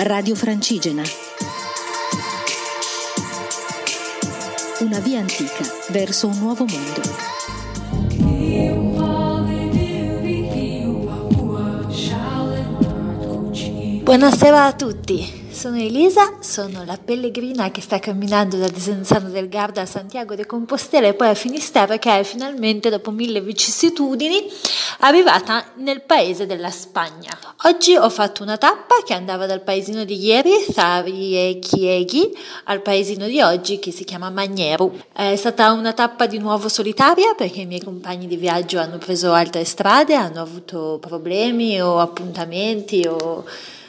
Radio Francigena. Una via antica verso un nuovo mondo. Buonasera a tutti, sono Elisa, sono la pellegrina che sta camminando da Desenzano del Garda a Santiago de Compostela e poi a Finisterre, che è finalmente, dopo 1000 vicissitudini, arrivata nel paese della Spagna. Oggi ho fatto una tappa che andava dal paesino di ieri, Sari e Chieghi, al paesino di oggi che si chiama Magneru. È stata una tappa di nuovo solitaria perché i miei compagni di viaggio hanno preso altre strade, hanno avuto problemi o appuntamenti o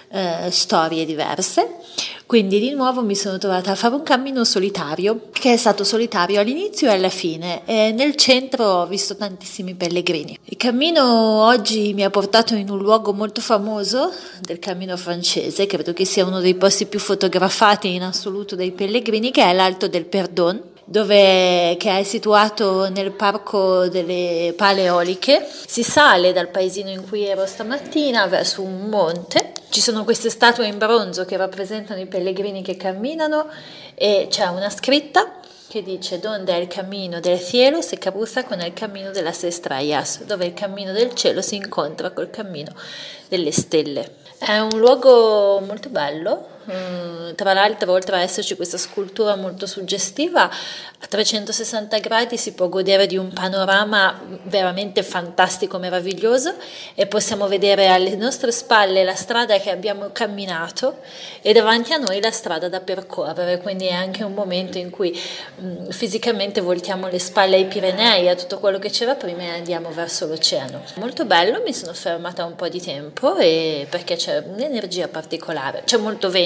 storie diverse, quindi di nuovo mi sono trovata a fare un cammino solitario, che è stato solitario all'inizio e alla fine, e nel centro ho visto tantissimi pellegrini. Il cammino oggi mi ha portato in un luogo molto famoso del cammino francese, credo che sia uno dei posti più fotografati in assoluto dai pellegrini, che è l'Alto del Perdón, che è situato nel parco delle Pale Eoliche. Si sale dal paesino in cui ero stamattina verso un monte. Ci sono queste statue in bronzo che rappresentano i pellegrini che camminano e c'è una scritta che dice «Donde è il cammino del cielo se cruza con il cammino de las estrellas», dove il cammino del cielo si incontra col cammino delle stelle. È un luogo molto bello, tra l'altro oltre a esserci questa scultura molto suggestiva, a 360 gradi si può godere di un panorama veramente fantastico, meraviglioso, e possiamo vedere alle nostre spalle la strada che abbiamo camminato e davanti a noi la strada da percorrere, quindi è anche un momento in cui fisicamente voltiamo le spalle ai Pirenei, a tutto quello che c'era prima, e andiamo verso l'oceano. Molto bello, mi sono fermata un po' di tempo perché c'è un'energia particolare, c'è molto vento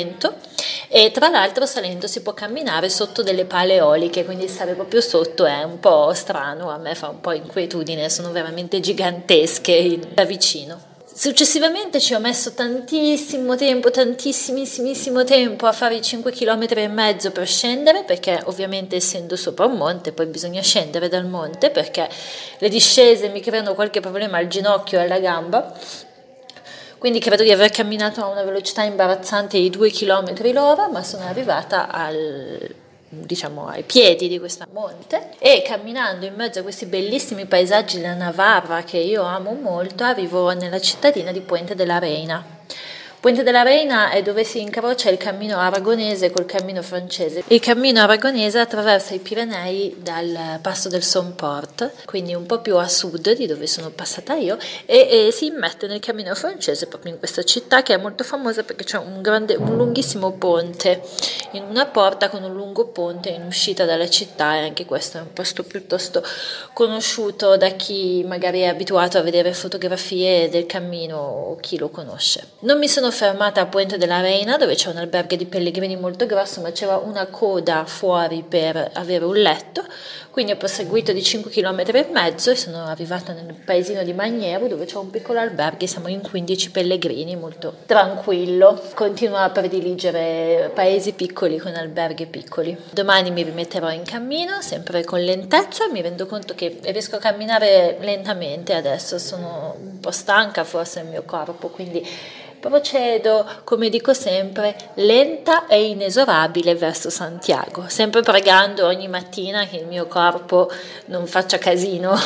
e tra l'altro salendo si può camminare sotto delle pale eoliche, quindi stare proprio sotto è un po' strano, a me fa un po' inquietudine, sono veramente gigantesche da vicino. Successivamente ci ho messo tantissimissimo tempo a fare i 5 km e mezzo per scendere, perché ovviamente essendo sopra un monte poi bisogna scendere dal monte, perché le discese mi creano qualche problema al ginocchio e alla gamba. Quindi credo di aver camminato a una velocità imbarazzante di 2 km l'ora, ma sono arrivata ai piedi di questo monte e camminando in mezzo a questi bellissimi paesaggi della Navarra che io amo molto, arrivo nella cittadina di Puente de la Reina. Puente de la Reina è dove si incrocia il cammino aragonese col cammino francese. Il cammino aragonese attraversa i Pirenei dal passo del Somport, quindi un po' più a sud di dove sono passata io, e si immette nel cammino francese proprio in questa città che è molto famosa perché c'è un lunghissimo ponte in una porta con un lungo ponte in uscita dalla città, e anche questo è un posto piuttosto conosciuto da chi magari è abituato a vedere fotografie del cammino o chi lo conosce. Non mi sono fermata a Puente de la Reina, dove c'è un albergo di pellegrini molto grosso, ma c'era una coda fuori per avere un letto, quindi ho proseguito di 5 km e mezzo e sono arrivata nel paesino di Magneru, dove c'è un piccolo albergo e siamo in 15 pellegrini, molto tranquillo. Continuo a prediligere paesi piccoli con alberghi piccoli. Domani mi rimetterò in cammino, sempre con lentezza, mi rendo conto che riesco a camminare lentamente adesso, sono un po' stanca forse il mio corpo, quindi procedo, come dico sempre, lenta e inesorabile verso Santiago, sempre pregando ogni mattina che il mio corpo non faccia casino,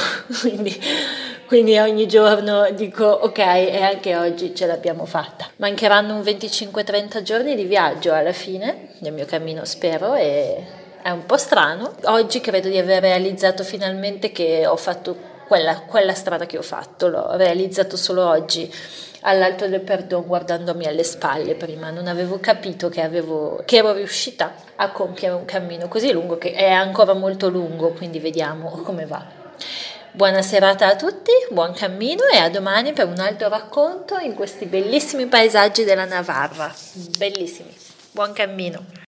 quindi ogni giorno dico ok, e anche oggi ce l'abbiamo fatta. Mancheranno un 25-30 giorni di viaggio alla fine del mio cammino, spero, e è un po' strano. Oggi credo di aver realizzato finalmente che ho fatto quella strada che ho fatto, l'ho realizzato solo oggi all'Alto del Perdón guardandomi alle spalle. Prima non avevo capito che ero riuscita a compiere un cammino così lungo, che è ancora molto lungo, quindi vediamo come va. Buona serata a tutti, buon cammino e a domani per un altro racconto in questi bellissimi paesaggi della Navarra, bellissimi, buon cammino.